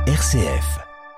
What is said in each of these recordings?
RCF.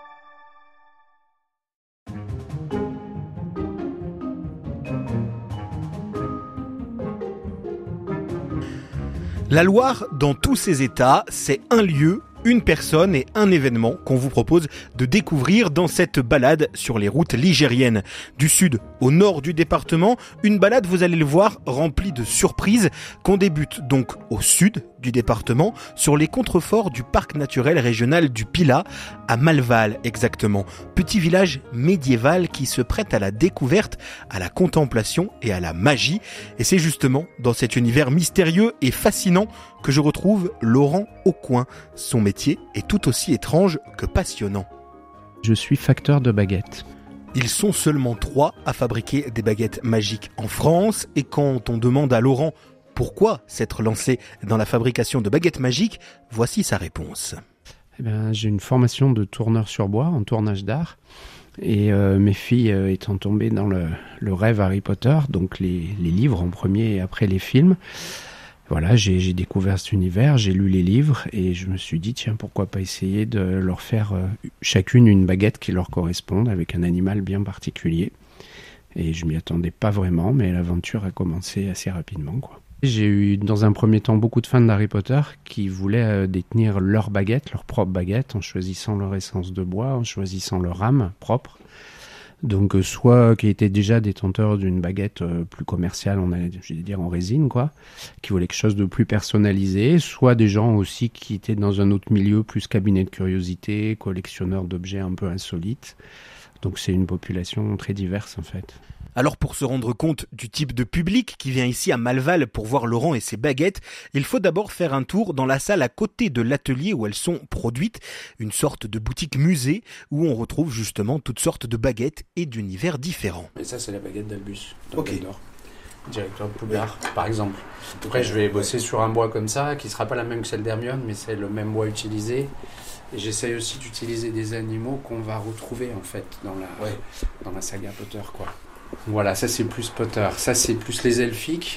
La Loire, dans tous ses états, c'est un lieu, une personne et un événement qu'on vous propose de découvrir dans cette balade sur les routes ligériennes. Du sud au nord du département, une balade, vous allez le voir, remplie de surprises, qu'on débute donc au sud du département, sur les contreforts du parc naturel régional du Pilat, à Malval exactement. Petit village médiéval qui se prête à la découverte, à la contemplation et à la magie. Et c'est justement dans cet univers mystérieux et fascinant que je retrouve Laurent Aucoin. Son métier est tout aussi étrange que passionnant. Je suis facteur de baguettes. Ils sont seulement 3 à fabriquer des baguettes magiques en France. Et quand on demande à Laurent pourquoi s'être lancé dans la fabrication de baguettes magiques, voici sa réponse. J'ai une formation de tourneur sur bois, en tournage d'art. Et mes filles étant tombées dans le rêve Harry Potter, donc les livres en premier et après les films, voilà, j'ai découvert cet univers, j'ai lu les livres et je me suis dit, tiens, pourquoi pas essayer de leur faire chacune une baguette qui leur corresponde avec un animal bien particulier. Et je m'y attendais pas vraiment, mais l'aventure a commencé assez rapidement, quoi. J'ai eu dans un premier temps beaucoup de fans d'Harry Potter qui voulaient détenir leur baguette, leur propre baguette, en choisissant leur essence de bois, en choisissant leur rame propre. Donc soit qui étaient déjà détenteurs d'une baguette plus commerciale, je vais dire en résine, quoi, qui voulaient quelque chose de plus personnalisé, soit des gens aussi qui étaient dans un autre milieu, plus cabinet de curiosité, collectionneurs d'objets un peu insolites. Donc c'est une population très diverse en fait. Alors pour se rendre compte du type de public qui vient ici à Malval pour voir Laurent et ses baguettes, il faut d'abord faire un tour dans la salle à côté de l'atelier où elles sont produites, une sorte de boutique musée où on retrouve justement toutes sortes de baguettes et d'univers différents. Et ça c'est la baguette d'Albus, d'Or, directeur de Poudlard par exemple. Après je vais bosser sur un bois comme ça qui ne sera pas la même que celle d'Hermione, mais c'est le même bois utilisé. Et j'essaye aussi d'utiliser des animaux qu'on va retrouver en fait dans la saga Potter, quoi. Voilà, ça c'est plus Potter, ça c'est plus les elfiques,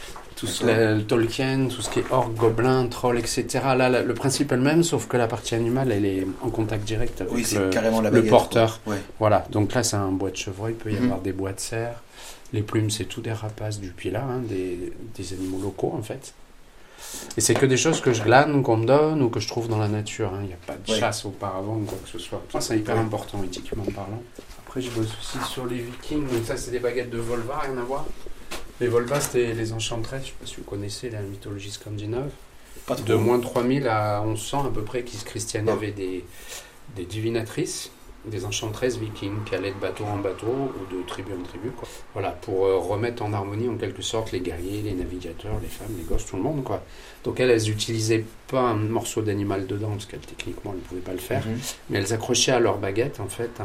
le Tolkien, tout ce qui est orques, gobelins, trolls, etc. Là, le principe est le même, sauf que la partie animale, elle est en contact direct avec le porteur. Ouais. Voilà, donc là c'est un bois de chevreuil, il peut y avoir des bois de cerf. Les plumes, c'est tout des rapaces du Pilat, des animaux locaux en fait. Et c'est que des choses que je glane, qu'on me donne ou que je trouve dans la nature. Il n'y a pas de chasse auparavant ou quoi que ce soit. Ça, c'est hyper important éthiquement parlant. Après, je bosse aussi sur les Vikings. Donc ça, c'est des baguettes de Volva, rien à voir. Les Volva, c'était les enchanteresses. Je ne sais pas si vous connaissez la mythologie scandinave. De moins 3000 à 1100 à peu près, qui se christianaient avec des divinatrices, des enchanteresses vikings qui allaient de bateau en bateau ou de tribu en tribu, quoi. Voilà, pour remettre en harmonie en quelque sorte les guerriers, les navigateurs, les femmes, les gosses, tout le monde, quoi. Donc elles n'utilisaient pas un morceau d'animal dedans parce qu'elles techniquement elles ne pouvaient pas le faire, mais elles accrochaient à leur baguette en fait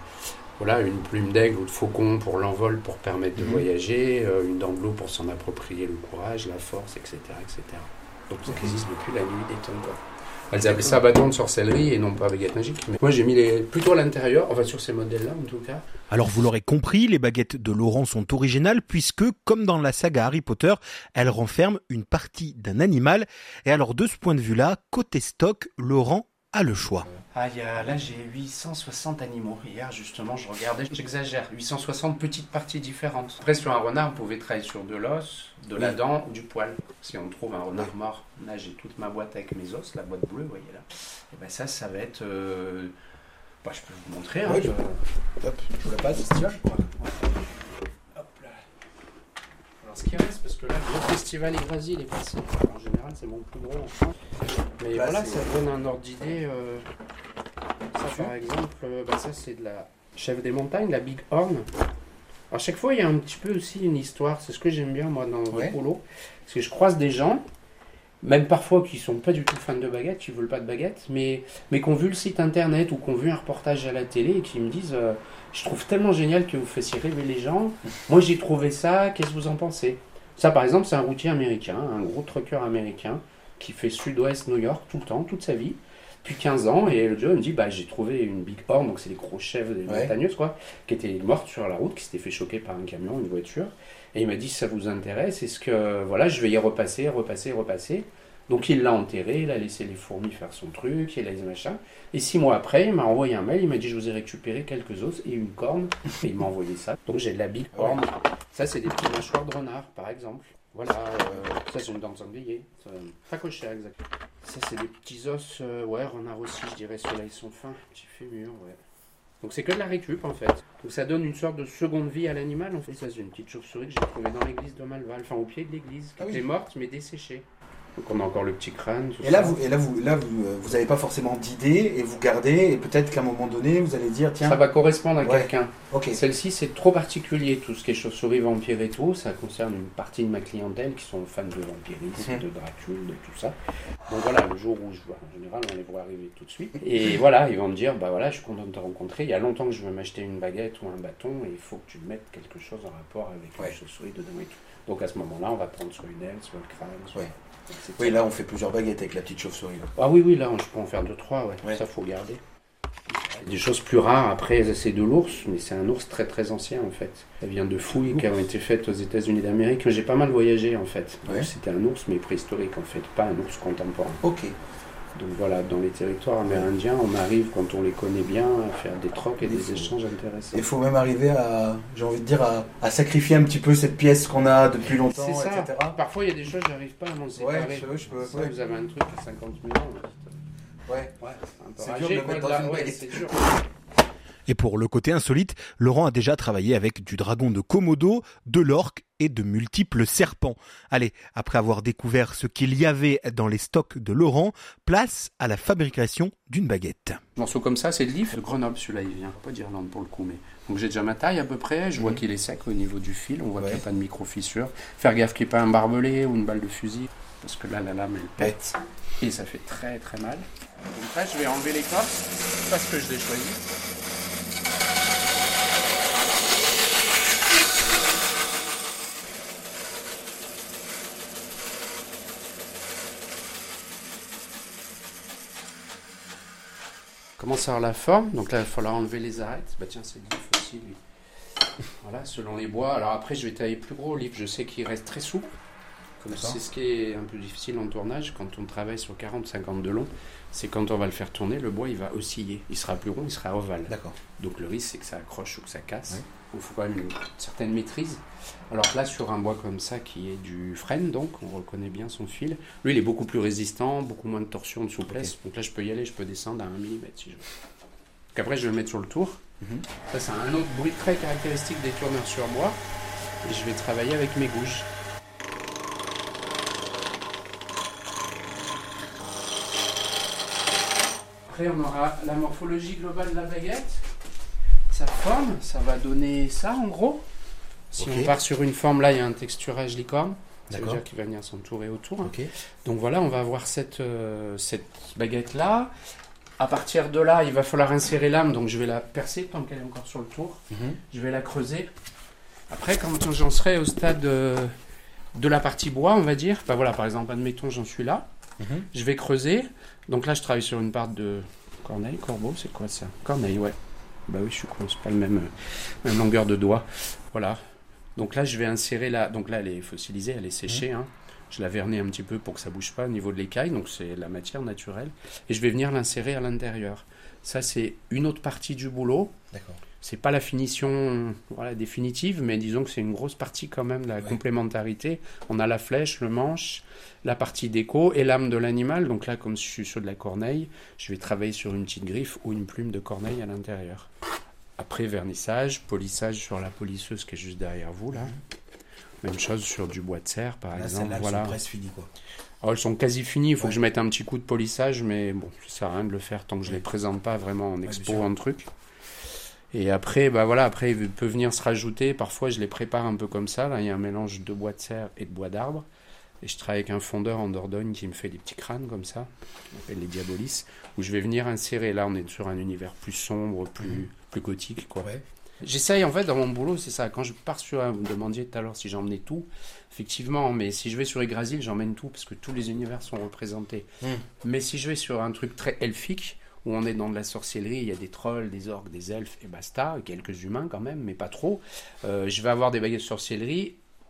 une plume d'aigle ou de faucon pour l'envol, pour permettre de voyager, une dent de loup pour s'en approprier le courage, la force, etc. etc. Donc ça existe depuis la nuit des temps, quoi. Elles appelaient ça bâton de sorcellerie et non pas baguette magique. Mais moi j'ai mis plutôt à l'intérieur, enfin sur ces modèles-là en tout cas. Alors vous l'aurez compris, les baguettes de Laurent sont originales puisque, comme dans la saga Harry Potter, elles renferment une partie d'un animal. Et alors de ce point de vue-là, côté stock, Laurent a le choix. Là j'ai 860 animaux. Hier justement je regardais, j'exagère, 860 petites parties différentes. Après sur un renard on pouvait travailler sur de l'os, de la dent ou du poil. Si on trouve un renard mort, là j'ai toute ma boîte avec mes os, la boîte bleue, vous voyez là. Et ben ça va être... je peux vous montrer. Top, je vous la passe. Festival, quoi. Hop là. Alors ce qui reste, parce que là le festival Yggdrasil il est passé. En général c'est mon plus gros en France. Mais là, voilà, ça donne un ordre d'idée. Ça par exemple, ça c'est de la chèvre des montagnes, la Big Horn. Alors chaque fois il y a un petit peu aussi une histoire, c'est ce que j'aime bien moi dans le polo. Parce que je croise des gens, même parfois qui sont pas du tout fans de baguettes, qui veulent pas de baguettes, mais qui ont vu le site internet ou qui ont vu un reportage à la télé et qui me disent je trouve tellement génial que vous fassiez rêver les gens, moi j'ai trouvé ça, qu'est-ce que vous en pensez? Ça par exemple c'est un routier américain, un gros trucker américain qui fait sud-ouest New York tout le temps, toute sa vie, depuis 15 ans, et le Joe me dit j'ai trouvé une Big Horn, donc c'est des gros chèvres des montagneuses, quoi, qui était morte sur la route, qui s'était fait choquer par un camion, une voiture, et il m'a dit ça vous intéresse, est-ce que je vais y repasser. Donc il l'a enterré, il a laissé les fourmis faire son truc, il a les machins. Et 6 mois après, il m'a envoyé un mail, il m'a dit je vous ai récupéré quelques os et une corne. Et il m'a envoyé ça. Donc j'ai de la bicorne. Ça c'est des petits mâchoires de renard par exemple. Voilà, ça c'est une dent de sanglier. Pas cochère exactement. Ça c'est des petits os, renard aussi je dirais, ceux-là ils sont fins. Petit fémur, ouais. Donc c'est que de la récup en fait. Donc ça donne une sorte de seconde vie à l'animal en fait. Ça c'est une petite chauve-souris que j'ai trouvée dans l'église de Malval, enfin au pied de l'église, qui était morte mais desséchée. Donc on a encore le petit crâne. Et là, vous n'avez pas forcément d'idée et vous gardez, et peut-être qu'à un moment donné, vous allez dire, tiens... Ça va correspondre à quelqu'un. Okay. Celle-ci, c'est trop particulier, tout ce qui est chauve-souris, vampire et tout. Ça concerne une partie de ma clientèle qui sont fans de vampirisme, de Dracul, de tout ça. Donc voilà, le jour où je vois, en général, on les voit arriver tout de suite. Et voilà, ils vont me dire, bah voilà, je suis content de te rencontrer. Il y a longtemps que je veux m'acheter une baguette ou un bâton, et il faut que tu mettes quelque chose en rapport avec la chauve-souris dedans et tout. Donc à ce moment-là, on va prendre soit une aile, soit le crâne, soit... Oui, là on fait plusieurs baguettes avec la petite chauve-souris. Ah oui, là je peux en faire 2-3, ça faut garder. Des choses plus rares, après c'est de l'ours, mais c'est un ours très très ancien en fait. Ça vient de fouilles qui ont été faites aux États-Unis d'Amérique. J'ai pas mal voyagé en fait. C'était un ours mais préhistorique en fait, pas un ours contemporain. Ok. Donc voilà, dans les territoires amérindiens, on arrive, quand on les connaît bien, à faire des trocs et des échanges intéressants. Il faut même arriver à, j'ai envie de dire, à sacrifier un petit peu cette pièce qu'on a depuis longtemps, c'est ça. etc. Parfois, il y a des choses, j'arrive pas à m'en séparer. Je peux. Vous avez un truc à 50 000 ans. C'est dur de le mettre dans une baguette. C'est dur. Et pour le côté insolite, Laurent a déjà travaillé avec du dragon de Komodo, de l'orque et de multiples serpents. Allez, après avoir découvert ce qu'il y avait dans les stocks de Laurent, place à la fabrication d'une baguette. Un morceau comme ça, c'est de l'if. De Grenoble, celui-là, il vient. Pas d'Irlande pour le coup, mais... Donc j'ai déjà ma taille à peu près, je vois qu'il est sec au niveau du fil, on voit qu'il n'y a pas de micro-fissure. Faire gaffe qu'il n'y ait pas un barbelé ou une balle de fusil, parce que là, la lame, elle pète. Et ça fait très très mal. Donc là, je vais enlever l'écorce, parce que je l'ai choisi. Commence à avoir la forme, donc là il va falloir enlever les arêtes. Bah tiens, c'est l'if aussi lui. Voilà, selon les bois. Alors après je vais tailler plus gros l'if, je sais qu'il reste très souple. C'est ce qui est un peu difficile en tournage quand on travaille sur 40-50 de long, c'est quand on va le faire tourner, le bois il va osciller, il sera plus rond, il sera ovale. D'accord. Donc le risque c'est que ça accroche ou que ça casse. Il faut quand même une certaine maîtrise. Alors là sur un bois comme ça qui est du frêne, donc on reconnaît bien son fil, lui il est beaucoup plus résistant, beaucoup moins de torsion, de souplesse. Donc là je peux y aller, je peux descendre à 1 mm si je veux. Donc après je vais le mettre sur le tour. Ça c'est un autre bruit très caractéristique des tourneurs sur bois. Et je vais travailler avec mes gouges. Après, on aura la morphologie globale de la baguette. Sa forme, ça va donner ça en gros. Si on part sur une forme, là, il y a un texturage licorne. Ça veut dire qu'il va venir s'entourer autour. Donc voilà, on va avoir cette baguette-là. À partir de là, il va falloir insérer l'âme. Donc je vais la percer tant qu'elle est encore sur le tour. Je vais la creuser. Après, quand j'en serai au stade de la partie bois, on va dire, bah voilà, par exemple, admettons, j'en suis là. Je vais creuser. Donc là, je travaille sur une part de corneille, corbeau, c'est quoi ça? Corneille, ouais. Bah oui, je suis con, c'est pas le même longueur de doigt. Voilà. Donc là, je vais insérer la... Donc là, elle est fossilisée, elle est séchée. Je la vernis un petit peu pour que ça bouge pas au niveau de l'écaille. Donc c'est la matière naturelle. Et je vais venir l'insérer à l'intérieur. Ça, c'est une autre partie du boulot. D'accord. C'est pas la finition définitive, mais disons que c'est une grosse partie quand même de la complémentarité. On a la flèche, le manche, la partie déco et l'âme de l'animal. Donc là, comme je suis sur de la corneille, je vais travailler sur une petite griffe ou une plume de corneille à l'intérieur. Après, vernissage, polissage sur la polisseuse qui est juste derrière vous, là. Même chose sur du bois de serre, par exemple. Là, voilà. elles sont presque finies, quoi. Alors, elles sont quasi finies, il faut que je mette un petit coup de polissage, mais bon, ça sert à rien de le faire tant que je les présente pas vraiment en expo, en truc. Et après, bah voilà, après il peut venir se rajouter, parfois je les prépare un peu comme ça, là il y a un mélange de bois de serre et de bois d'arbre, et je travaille avec un fondeur en Dordogne qui me fait des petits crânes comme ça, on appelle les diabolis, où je vais venir insérer, là on est sur un univers plus sombre, plus gothique, quoi. J'essaye en fait dans mon boulot, c'est ça, quand je pars sur vous me demandiez tout à l'heure si j'emmenais tout, effectivement, mais si je vais sur Yggdrasil, j'emmène tout, parce que tous les univers sont représentés. Mais si je vais sur un truc très elfique, où on est dans de la sorcellerie, il y a des trolls, des orques, des elfes, et basta, quelques humains quand même, mais pas trop. Je vais avoir des baguettes de sorcellerie,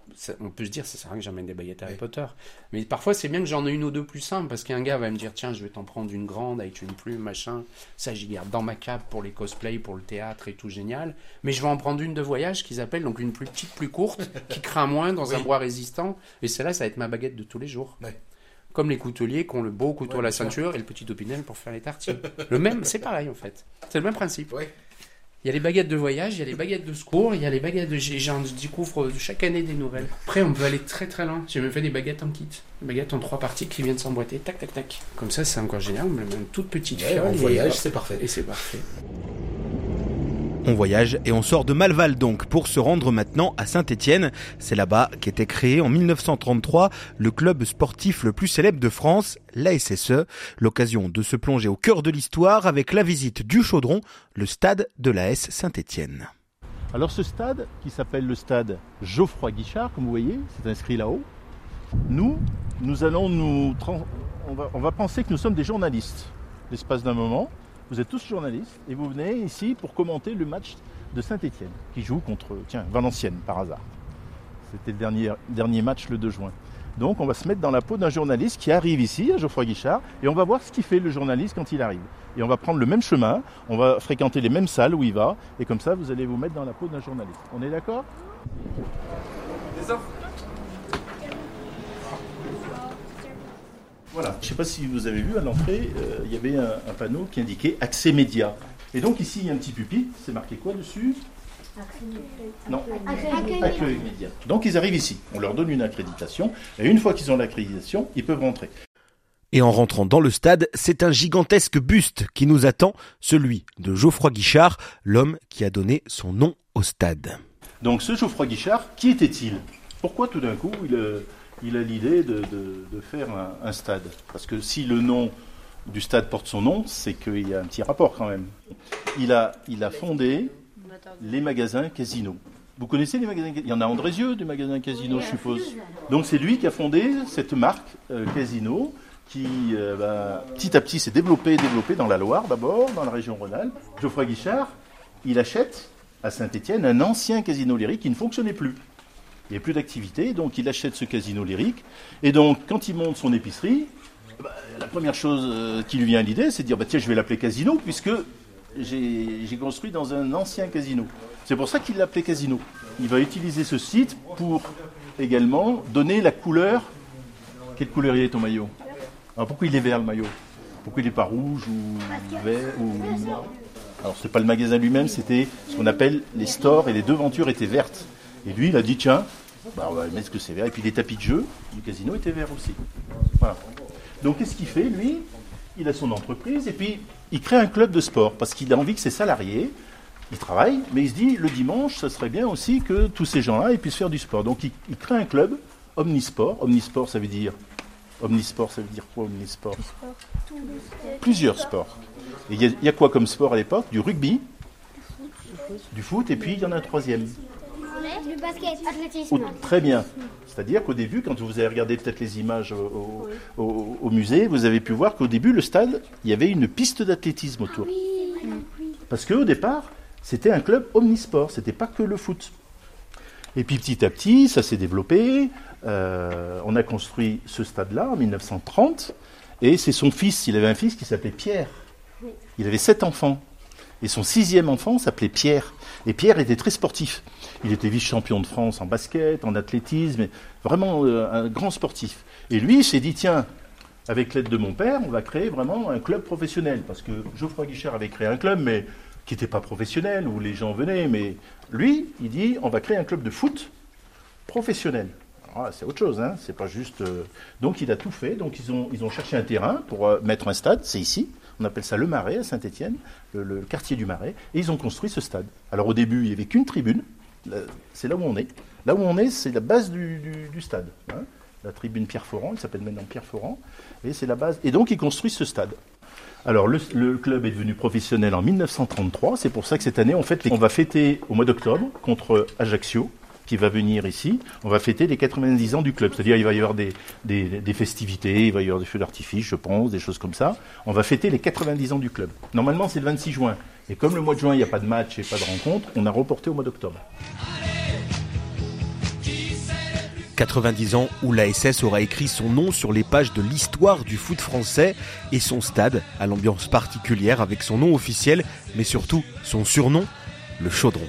on peut se dire, ça sert à rien que j'emmène des baguettes Harry Potter. Mais parfois, c'est bien que j'en ai une ou deux plus simples, parce qu'un gars va me dire, tiens, je vais t'en prendre une grande avec une plume, machin. Ça, j'y garde dans ma cape pour les cosplays, pour le théâtre et tout, génial. Mais je vais en prendre une de voyage qu'ils appellent donc une plus petite, plus courte, qui craint moins dans un bois résistant. Et celle-là, ça va être ma baguette de tous les jours. Ouais. Comme les couteliers qui ont le beau couteau à la ceinture et le petit opinel pour faire les tartines. Le même, c'est pareil en fait. C'est le même principe. Ouais. Il y a les baguettes de voyage, il y a les baguettes de secours, il y a les baguettes de... J'en découvre chaque année des nouvelles. Après, on peut aller très très loin. J'ai même fait des baguettes en kit. Des baguettes en 3 parties qui viennent s'emboîter. Tac, tac, tac. Comme ça, c'est encore génial. Même une toute petite fiole. En voyage, c'est parfait. Et c'est parfait. On voyage et on sort de Malval donc pour se rendre maintenant à Saint-Étienne. C'est là-bas qu'était créé en 1933 le club sportif le plus célèbre de France, la SSE. L'occasion de se plonger au cœur de l'histoire avec la visite du Chaudron, le stade de l'AS Saint-Étienne. Alors ce stade, qui s'appelle le stade Geoffroy Guichard, comme vous voyez, c'est inscrit là-haut, nous allons on va penser que nous sommes des journalistes. L'espace d'un moment, vous êtes tous journalistes et vous venez ici pour commenter le match de Saint-Étienne qui joue contre Valenciennes par hasard. C'était le dernier match le 2 juin. Donc on va se mettre dans la peau d'un journaliste qui arrive ici à Geoffroy Guichard et on va voir ce qu'il fait le journaliste quand il arrive. Et on va prendre le même chemin, on va fréquenter les mêmes salles où il va et comme ça vous allez vous mettre dans la peau d'un journaliste. On est d'accord ? Voilà. Je ne sais pas si vous avez vu à l'entrée, il y avait un panneau qui indiquait accès média. Et donc ici il y a un petit pupitre, c'est marqué quoi dessus ? Non, accueil média. Donc ils arrivent ici, on leur donne une accréditation et une fois qu'ils ont l'accréditation, ils peuvent rentrer. Et en rentrant dans le stade, c'est un gigantesque buste qui nous attend, celui de Geoffroy Guichard, l'homme qui a donné son nom au stade. Donc ce Geoffroy Guichard, qui était-il ? Pourquoi tout d'un coup il a l'idée de faire un stade ? Parce que si le nom du stade porte son nom, c'est qu'il y a un petit rapport quand même. Il a fondé les magasins Casino. Vous connaissez les magasins Casino ? Il y en a à Andrézieux des magasins Casino, je suppose. Donc c'est lui qui a fondé cette marque Casino qui petit à petit s'est développé dans la Loire d'abord, dans la région Rhône-Alpes. Geoffroy Guichard, il achète à Saint-Étienne un ancien casino lyrique qui ne fonctionnait plus. Il n'y a plus d'activité, donc il achète ce casino lyrique. Et donc, quand il monte son épicerie, la première chose qui lui vient à l'idée, c'est de dire tiens, je vais l'appeler Casino, puisque j'ai construit dans un ancien casino. C'est pour ça qu'il l'appelait Casino. Il va utiliser ce site pour également donner la couleur. Quelle couleur il est ton maillot ? Alors pourquoi il est vert le maillot ? Pourquoi il n'est pas rouge ou vert ou noir ? Alors c'est pas le magasin lui-même, c'était ce qu'on appelle les stores et les devantures étaient vertes. Et lui, il a dit, tiens, on va mettre ce que c'est vert. Et puis les tapis de jeu du casino étaient verts aussi. Voilà. Donc qu'est-ce qu'il fait, lui ? Il a son entreprise et puis il crée un club de sport parce qu'il a envie que ses salariés, ils travaillent, mais il se dit, le dimanche, ça serait bien aussi que tous ces gens-là ils puissent faire du sport. Donc il crée un club, Omnisport. Omnisport, ça veut dire quoi, Omnisport ? Plusieurs sports. Et il y a quoi comme sport à l'époque ? Du rugby, du foot, et puis il y en a un troisième. Le basket, athlétisme. Très bien. C'est-à-dire qu'au début, quand vous avez regardé peut-être les images au musée, vous avez pu voir qu'au début, le stade, il y avait une piste d'athlétisme autour. Parce qu'au départ, c'était un club omnisport, c'était pas que le foot. Et puis petit à petit, ça s'est développé. On a construit ce stade-là en 1930. Et c'est son fils, il avait un fils qui s'appelait Pierre. Il avait 7 enfants. Et son 6e enfant s'appelait Pierre. Et Pierre était très sportif. Il était vice-champion de France en basket, en athlétisme, vraiment un grand sportif. Et lui, il s'est dit, tiens, avec l'aide de mon père, on va créer vraiment un club professionnel. Parce que Geoffroy Guichard avait créé un club, mais qui n'était pas professionnel, où les gens venaient. Mais lui, il dit, on va créer un club de foot professionnel. Alors là, c'est autre chose, hein, c'est pas juste... Donc il a tout fait. Donc ils ont cherché un terrain pour mettre un stade, c'est ici. On appelle ça le Marais à Saint-Étienne, le quartier du Marais. Et ils ont construit ce stade. Alors au début, il n'y avait qu'une tribune. C'est là où on est. Là où on est, c'est la base du stade. Hein. La tribune Pierre-Foran, il s'appelle maintenant Pierre-Foran. Et c'est la base. Et donc, ils construisent ce stade. Alors, le club est devenu professionnel en 1933. C'est pour ça que cette année, on va fêter au mois d'octobre contre Ajaccio, qui va venir ici. On va fêter les 90 ans du club. C'est-à-dire, il va y avoir des festivités, il va y avoir des feux d'artifice, je pense, des choses comme ça. On va fêter les 90 ans du club. Normalement, c'est le 26 juin. Et comme le mois de juin, il n'y a pas de match et pas de rencontre, on a reporté au mois d'octobre. 90 ans où l'ASS aura écrit son nom sur les pages de l'histoire du foot français et son stade à l'ambiance particulière avec son nom officiel, mais surtout son surnom, le Chaudron.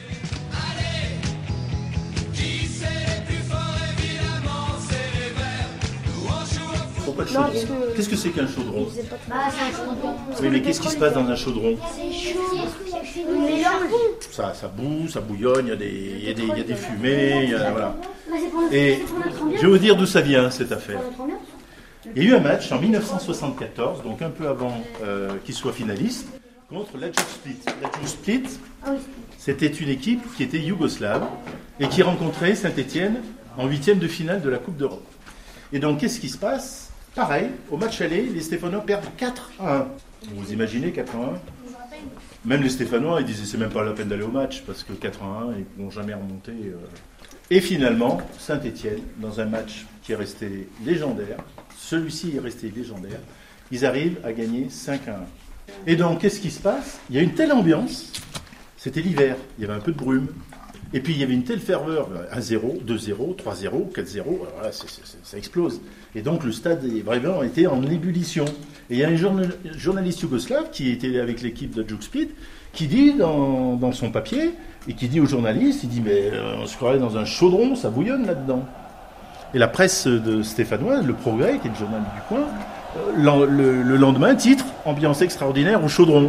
Qu'est-ce que c'est qu'un chaudron? C'est un chaudron. Oui, mais qu'est-ce qui se passe dans un chaudron? C'est chaud. Mais Ça boue, ça bouillonne, il y a des fumées, voilà. Et je vais vous dire d'où ça vient, cette affaire. Il y a eu un match en 1974, donc un peu avant qu'il soit finaliste, contre l'Hajduk Split. L'Hajduk Split, c'était une équipe qui était yougoslave et qui rencontrait Saint-Étienne en 8e de finale de la Coupe d'Europe. Et donc, qu'est-ce qui se passe? Pareil, au match aller, les Stéphanois perdent 4-1. Vous imaginez 4-1? Même les Stéphanois, ils disaient c'est même pas la peine d'aller au match parce que 4-1, ils ne vont jamais remonter. Et finalement, Saint-Étienne, dans un match qui est resté légendaire, celui-ci est resté légendaire, ils arrivent à gagner 5-1. Et donc, qu'est-ce qui se passe? Il y a une telle ambiance, c'était l'hiver, il y avait un peu de brume, et puis il y avait une telle ferveur, 1-0, 2-0, 3-0, 4-0, voilà, ça explose. Et donc le stade est vraiment été en ébullition. Et il y a un journaliste yougoslave qui était avec l'équipe de Hajduk Split, qui dit dans son papier, et qui dit aux journalistes, il dit mais on se croirait dans un chaudron, ça bouillonne là-dedans. Et la presse de stéphanoise, Le Progrès, qui est le journal du coin, le lendemain, titre, ambiance extraordinaire au chaudron.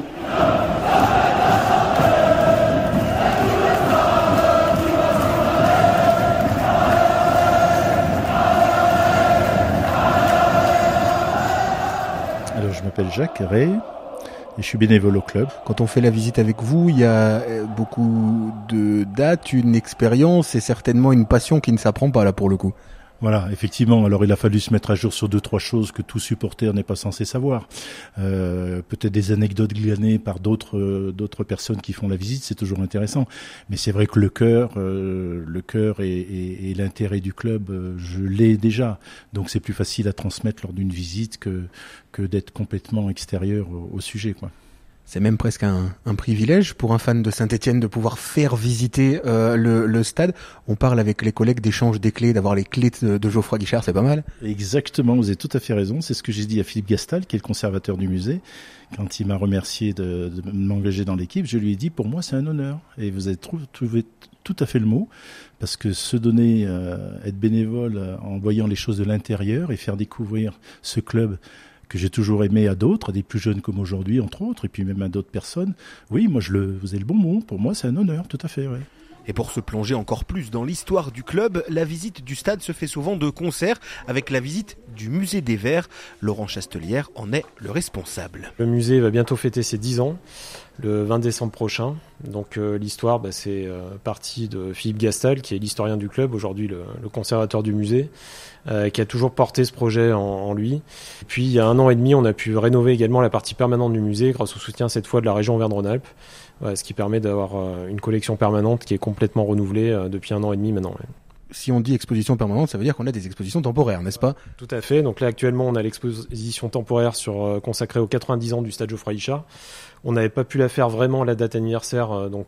Je m'appelle Jacques Ray et je suis bénévole au club. Quand on fait la visite avec vous, il y a beaucoup de dates, une expérience et certainement une passion qui ne s'apprend pas là pour le coup. Voilà, effectivement. Alors, il a fallu se mettre à jour sur 2-3 choses que tout supporter n'est pas censé savoir. Peut-être des anecdotes glanées par d'autres personnes qui font la visite, c'est toujours intéressant. Mais c'est vrai que le cœur et l'intérêt du club, je l'ai déjà. Donc, c'est plus facile à transmettre lors d'une visite que d'être complètement extérieur au sujet, quoi. C'est même presque un privilège pour un fan de Saint-Étienne de pouvoir faire visiter le stade. On parle avec les collègues d'échange des clés, d'avoir les clés de Geoffroy Guichard, c'est pas mal. Exactement, vous avez tout à fait raison. C'est ce que j'ai dit à Philippe Gastal, qui est le conservateur du musée. Quand il m'a remercié de m'engager dans l'équipe, je lui ai dit, pour moi, c'est un honneur. Et vous avez trouvé tout à fait le mot, parce que se donner, être bénévole en voyant les choses de l'intérieur et faire découvrir ce club que j'ai toujours aimé à d'autres, à des plus jeunes comme aujourd'hui, entre autres, et puis même à d'autres personnes. Oui, moi, vous avez le bon mot. Pour moi, c'est un honneur, tout à fait, ouais. Et pour se plonger encore plus dans l'histoire du club, la visite du stade se fait souvent de concert avec la visite du musée des Verts. Laurent Chastelière en est le responsable. Le musée va bientôt fêter ses 10 ans, le 20 décembre prochain. Donc l'histoire, c'est partie de Philippe Gastal, qui est l'historien du club, aujourd'hui le conservateur du musée, qui a toujours porté ce projet en lui. Et puis il y a 1 an et demi, on a pu rénover également la partie permanente du musée grâce au soutien cette fois de la région Auvergne-Rhône-Alpes. Ouais, ce qui permet d'avoir une collection permanente qui est complètement renouvelée depuis 1 an et demi maintenant. Ouais. Si on dit exposition permanente, ça veut dire qu'on a des expositions temporaires, n'est-ce pas? Tout à fait. Donc là, actuellement, on a l'exposition temporaire consacrée aux 90 ans du stade Geoffroy Guichard. On n'avait pas pu la faire vraiment à la date anniversaire,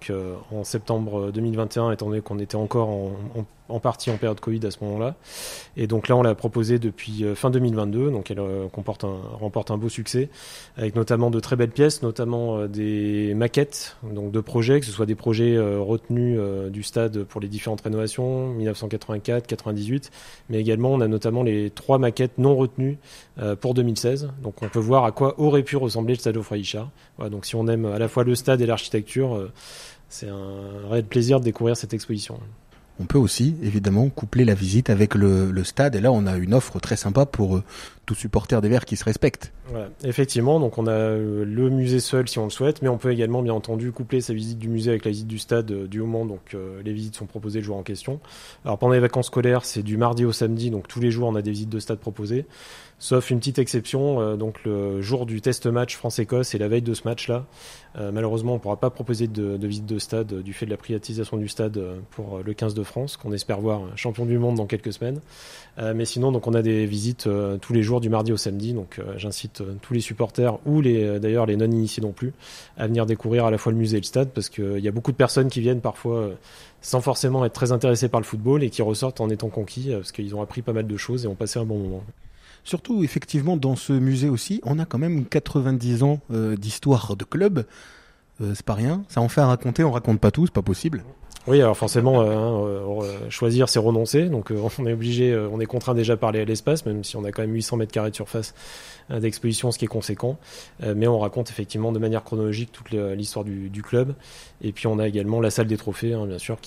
en septembre 2021, étant donné qu'on était encore en partie en période Covid à ce moment-là. Et donc là, on l'a proposée depuis fin 2022, donc elle remporte un beau succès, avec notamment de très belles pièces, notamment des maquettes donc de projets, que ce soit des projets retenus du stade pour les différentes rénovations, 1984, 98, mais également on a notamment les 3 maquettes non retenues pour 2016. Donc on peut voir à quoi aurait pu ressembler le stade Geoffroy Guichard. Voilà, donc si on aime à la fois le stade et l'architecture, c'est un réel plaisir de découvrir cette exposition. On peut aussi, évidemment, coupler la visite avec le stade. Et là, on a une offre très sympa pour tout supporter des Verts qui se respectent. Voilà. Effectivement, donc on a le musée seul si on le souhaite, mais on peut également, bien entendu, coupler sa visite du musée avec la visite du stade du moment. Donc les visites sont proposées le jour en question. Alors pendant les vacances scolaires, c'est du mardi au samedi, donc tous les jours, on a des visites de stade proposées. Sauf une petite exception, donc le jour du test match France-Écosse et la veille de ce match-là. Malheureusement, on ne pourra pas proposer de visite de stade du fait de la privatisation du stade pour le 15 de France, qu'on espère voir champion du monde dans quelques semaines. Mais sinon, donc on a des visites tous les jours jours du mardi au samedi. Donc j'incite tous les supporters ou d'ailleurs les non-initiés non plus à venir découvrir à la fois le musée et le stade, parce qu'il y a beaucoup de personnes qui viennent parfois sans forcément être très intéressés par le football et qui ressortent en étant conquis parce qu'ils ont appris pas mal de choses et ont passé un bon moment. Surtout, effectivement, dans ce musée aussi, on a quand même 90 ans d'histoire de club. C'est pas rien. Ça en fait à raconter, on raconte pas tout, c'est pas possible. Oui, alors forcément, choisir, c'est renoncer. Donc on est obligé, on est contraint déjà par l'espace, même si on a quand même 800 mètres carrés de surface d'exposition, ce qui est conséquent. Mais on raconte effectivement de manière chronologique toute l'histoire du club. Et puis on a également la salle des trophées, bien sûr,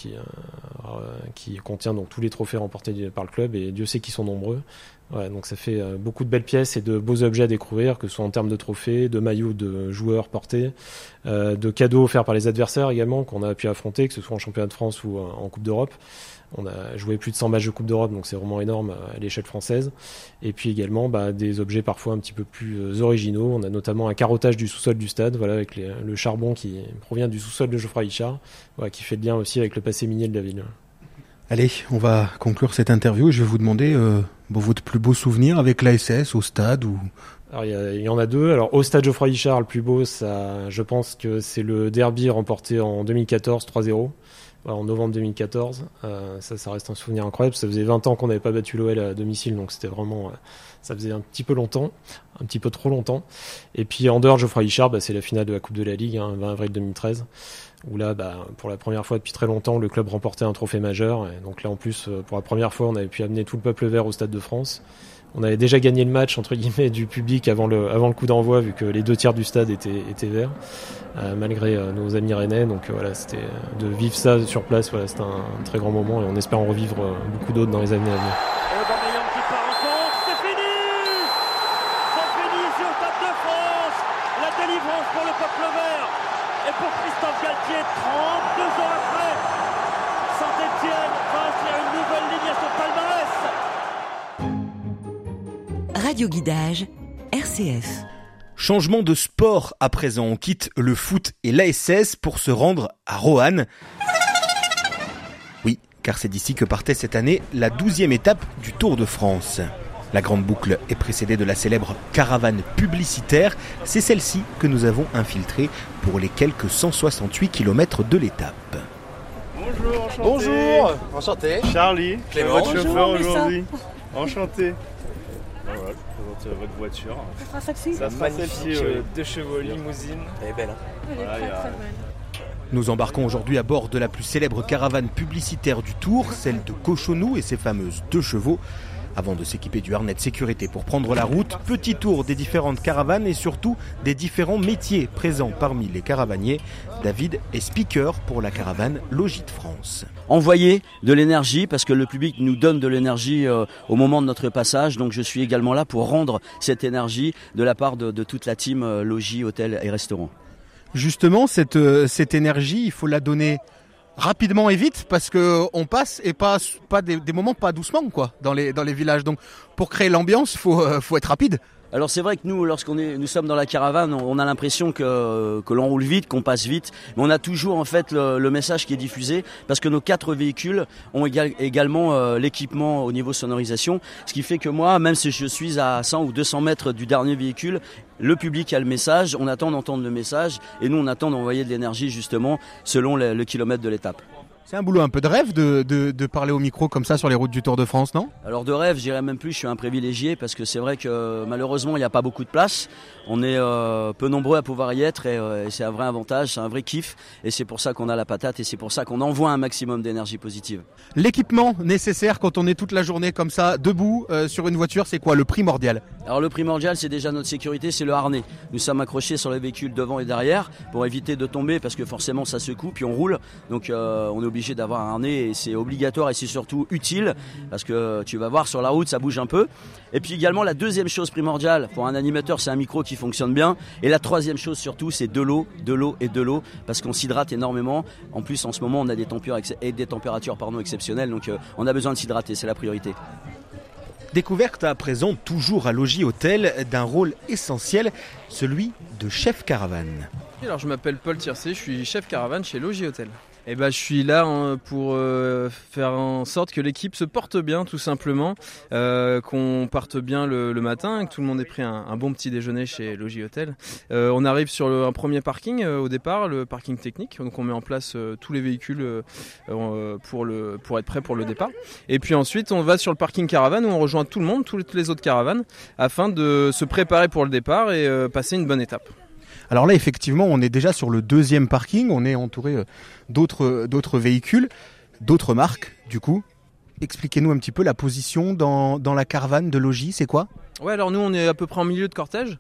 qui contient donc tous les trophées remportés par le club. Et Dieu sait qu'ils sont nombreux. Ouais, donc ça fait beaucoup de belles pièces et de beaux objets à découvrir, que ce soit en termes de trophées, de maillots de joueurs portés, de cadeaux offerts par les adversaires également qu'on a pu affronter, que ce soit en championnat de France ou en Coupe d'Europe. On a joué plus de 100 matchs de Coupe d'Europe, donc c'est vraiment énorme à l'échelle française. Et puis également des objets parfois un petit peu plus originaux. On a notamment un carottage du sous-sol du stade, voilà, avec le charbon qui provient du sous-sol de Geoffroy Guichard, voilà, qui fait le lien aussi avec le passé minier de la ville. Allez, on va conclure cette interview. Je vais vous demander votre plus beau souvenir avec l'ASS au stade ou... Alors il y en a deux. Alors au stade Geoffroy Guichard, le plus beau, ça, je pense que c'est le derby remporté en 2014 3-0. En novembre 2014, ça reste un souvenir incroyable. Ça faisait 20 ans qu'on n'avait pas battu l'OL à domicile, donc c'était vraiment, ça faisait un petit peu longtemps, un petit peu trop longtemps. Et puis en dehors de Geoffroy Guichard, c'est la finale de la Coupe de la Ligue, 20 avril 2013, où là, pour la première fois depuis très longtemps, le club remportait un trophée majeur. Et donc là, en plus, pour la première fois, on avait pu amener tout le peuple vert au Stade de France. On avait déjà gagné le match entre guillemets du public avant le coup d'envoi, vu que les 2 tiers du stade étaient verts, malgré nos amis rennais. Donc voilà, c'était de vivre ça sur place, voilà, c'était un très grand moment et on espère en revivre beaucoup d'autres dans les années à venir. Aubameyang qui part en contre, c'est fini ici au Stade de France. La délivrance pour le peuple vert et pour Christophe Galtier, 32 ans après, Saint-Etienne va inscrire une nouvelle ligne à son palmarès. Radio Guidage, RCF. Changement de sport à présent, on quitte le foot et l'ASS pour se rendre à Roanne. Oui, car c'est d'ici que partait cette année la 12e étape du Tour de France. La grande boucle est précédée de la célèbre caravane publicitaire. C'est celle-ci que nous avons infiltrée pour les quelques 168 km de l'étape. Bonjour, enchanté. Bonjour, enchanté. Charlie, Clément. votre chauffeur Bonjour, aujourd'hui. Enchanté. Voilà, je présente votre voiture. Ça sera sexy. Ça sera celle-ci, 2 chevaux limousine. Elle est belle. Elle est Voilà, très belle. Nous embarquons aujourd'hui à bord de la plus célèbre caravane publicitaire du Tour, celle de Cochonou et ses fameuses 2 chevaux. Avant de s'équiper du harnais de sécurité pour prendre la route, petit tour des différentes caravanes et surtout des différents métiers présents parmi les caravaniers. David est speaker pour la caravane Logis de France. Envoyer de l'énergie parce que le public nous donne de l'énergie au moment de notre passage. Donc je suis également là pour rendre cette énergie de la part de toute la team Logis, Hôtel et Restaurant. Justement, cette énergie, il faut la donner rapidement et vite parce que on passe et pas des moments pas doucement quoi dans les villages. Donc pour créer l'ambiance, faut être rapide. Alors c'est vrai que nous, nous sommes dans la caravane, on a l'impression que l'on roule vite, qu'on passe vite, mais on a toujours en fait le message qui est diffusé parce que nos 4 véhicules ont également l'équipement au niveau sonorisation, ce qui fait que moi, même si je suis à 100 ou 200 mètres du dernier véhicule, le public a le message, on attend d'entendre le message et nous on attend d'envoyer de l'énergie justement selon le kilomètre de l'étape. C'est un boulot un peu de rêve de parler au micro comme ça sur les routes du Tour de France, non ? Alors de rêve, je dirais même plus, je suis un privilégié parce que c'est vrai que malheureusement il n'y a pas beaucoup de place. On est peu nombreux à pouvoir y être et c'est un vrai avantage, c'est un vrai kiff et c'est pour ça qu'on a la patate et c'est pour ça qu'on envoie un maximum d'énergie positive. L'équipement nécessaire quand on est toute la journée comme ça, debout sur une voiture, c'est quoi le primordial ? Alors le primordial c'est déjà notre sécurité, c'est le harnais. Nous sommes accrochés sur les véhicules devant et derrière pour éviter de tomber parce que forcément ça secoue puis on roule. Donc on est obligé d'avoir un harnais et c'est obligatoire et c'est surtout utile parce que tu vas voir sur la route ça bouge un peu. Et puis également la deuxième chose primordiale pour un animateur c'est un micro qui fonctionne bien et la troisième chose surtout c'est de l'eau parce qu'on s'hydrate énormément. En plus en ce moment on a des températures exceptionnelles donc on a besoin de s'hydrater, c'est la priorité. Découverte à présent toujours à Logis Hôtel d'un rôle essentiel, celui de chef caravane. Alors je m'appelle Paul Tiercé, je suis chef caravane chez Logis Hôtel. Eh ben, je suis là pour faire en sorte que l'équipe se porte bien, tout simplement, qu'on parte bien le matin, que tout le monde ait pris un bon petit déjeuner chez Logis Hôtel. On arrive sur un premier parking au départ, le parking technique. Donc on met en place tous les véhicules pour être prêt pour le départ. Et puis ensuite, on va sur le parking caravane où on rejoint tout le monde, toutes les autres caravanes, afin de se préparer pour le départ et passer une bonne étape. Alors là, effectivement, on est déjà sur le deuxième parking. On est entouré d'autres véhicules, d'autres marques, du coup. Expliquez-nous un petit peu la position dans la caravane de Logis, c'est quoi ? Ouais, alors nous on est à peu près en milieu de cortège.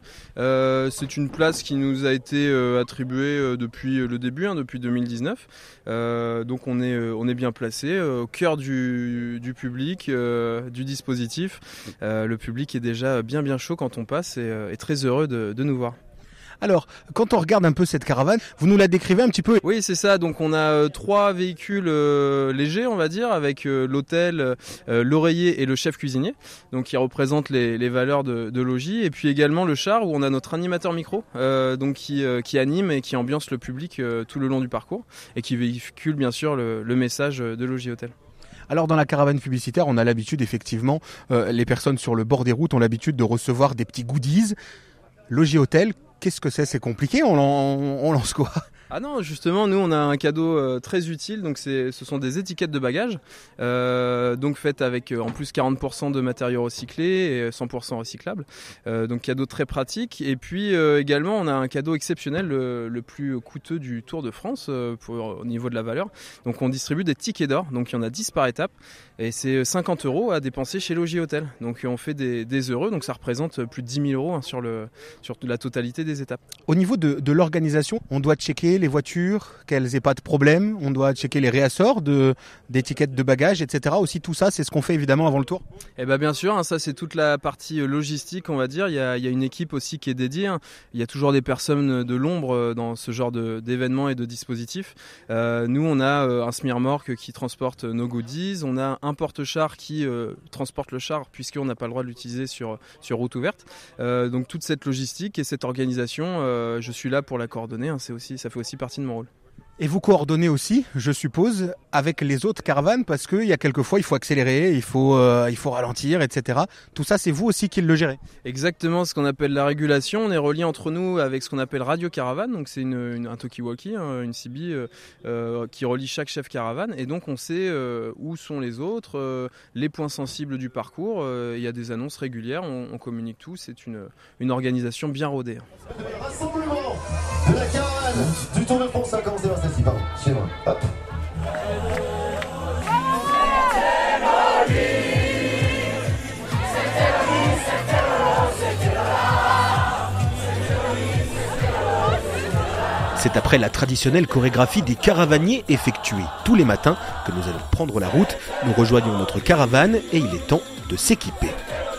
C'est une place qui nous a été attribuée depuis le début, depuis 2019. Donc on est bien placé au cœur du public, du dispositif. Le public est déjà bien chaud quand on passe et est très heureux de nous voir. Alors, quand on regarde un peu cette caravane, vous nous la décrivez un petit peu ? Oui, c'est ça. Donc, on a 3 véhicules légers, on va dire, avec l'hôtel, l'oreiller et le chef cuisinier, donc qui représentent les valeurs de Logis. Et puis également le char où on a notre animateur micro, donc qui anime et qui ambiance le public tout le long du parcours et qui véhicule bien sûr le message de Logis Hôtel. Alors dans la caravane publicitaire, on a l'habitude effectivement, les personnes sur le bord des routes ont l'habitude de recevoir des petits goodies. Logis Hôtel, qu'est-ce que c'est ? C'est compliqué ? On lance quoi ? Ah non, justement, nous on a un cadeau très utile, donc ce sont des étiquettes de bagages, donc faites avec en plus 40% de matériaux recyclés et 100% recyclables, donc cadeau très pratique. Et puis également on a un cadeau exceptionnel, le plus coûteux du Tour de France au niveau de la valeur. Donc on distribue des tickets d'or, donc il y en a 10 par étape, et c'est 50 € à dépenser chez Logis Hôtel. Donc on fait des heureux, donc ça représente plus de 10 000 € sur la totalité des étapes. Au niveau de l'organisation, on doit checker les voitures, qu'elles n'aient pas de problème, on doit checker les réassorts d'étiquettes de bagages, etc. Aussi tout ça, c'est ce qu'on fait évidemment avant le tour. Eh ben bien sûr, ça c'est toute la partie logistique, on va dire. Il y a une équipe aussi qui est dédiée. Il y a toujours des personnes de l'ombre dans ce genre d'événements et de dispositifs. Nous, on a un semi-remorque qui transporte nos goodies. On a un porte-char qui transporte le char puisqu'on n'a pas le droit de l'utiliser sur route ouverte. Donc toute cette logistique et cette organisation, je suis là pour la coordonner. Ça fait aussi partie de mon rôle. Et vous coordonnez aussi, je suppose, avec les autres caravanes parce qu'il y a quelquefois il faut accélérer, il faut ralentir, etc. Tout ça, c'est vous aussi qui le gérez. Exactement, ce qu'on appelle la régulation. On est relié entre nous avec ce qu'on appelle Radio Caravane. Donc c'est un talkie-walkie, une CB qui relie chaque chef caravane. Et donc on sait où sont les autres, les points sensibles du parcours. Il y a des annonces régulières, on communique tout. C'est une organisation bien rodée. Rassemblement de la caravane du Tour de France a commencé par celle-ci, pardon, chez moi. Hop. C'est après la traditionnelle chorégraphie des caravaniers effectuée tous les matins que nous allons prendre la route. Nous rejoignons notre caravane et il est temps de s'équiper.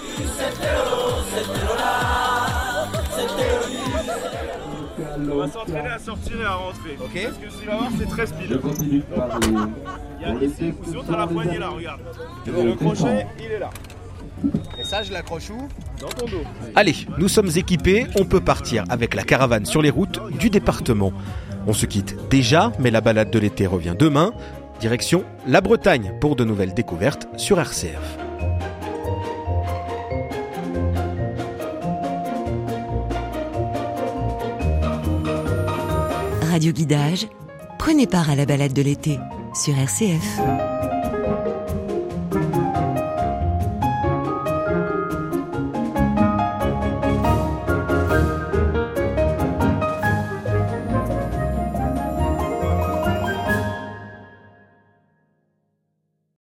On va s'entraîner à sortir et à rentrer. Ok. Parce que tu vas voir, c'est très speed. Je continue par les... Il y a ici, ou sinon t'as la poignée là, regarde. Et le crochet, il est là. Et ça, je l'accroche où ? Dans ton dos. Allez, nous sommes équipés, on peut partir avec la caravane sur les routes du département. On se quitte déjà, mais la balade de l'été revient demain. Direction la Bretagne pour de nouvelles découvertes sur RCF. Radio Guidage, prenez part à la balade de l'été sur RCF.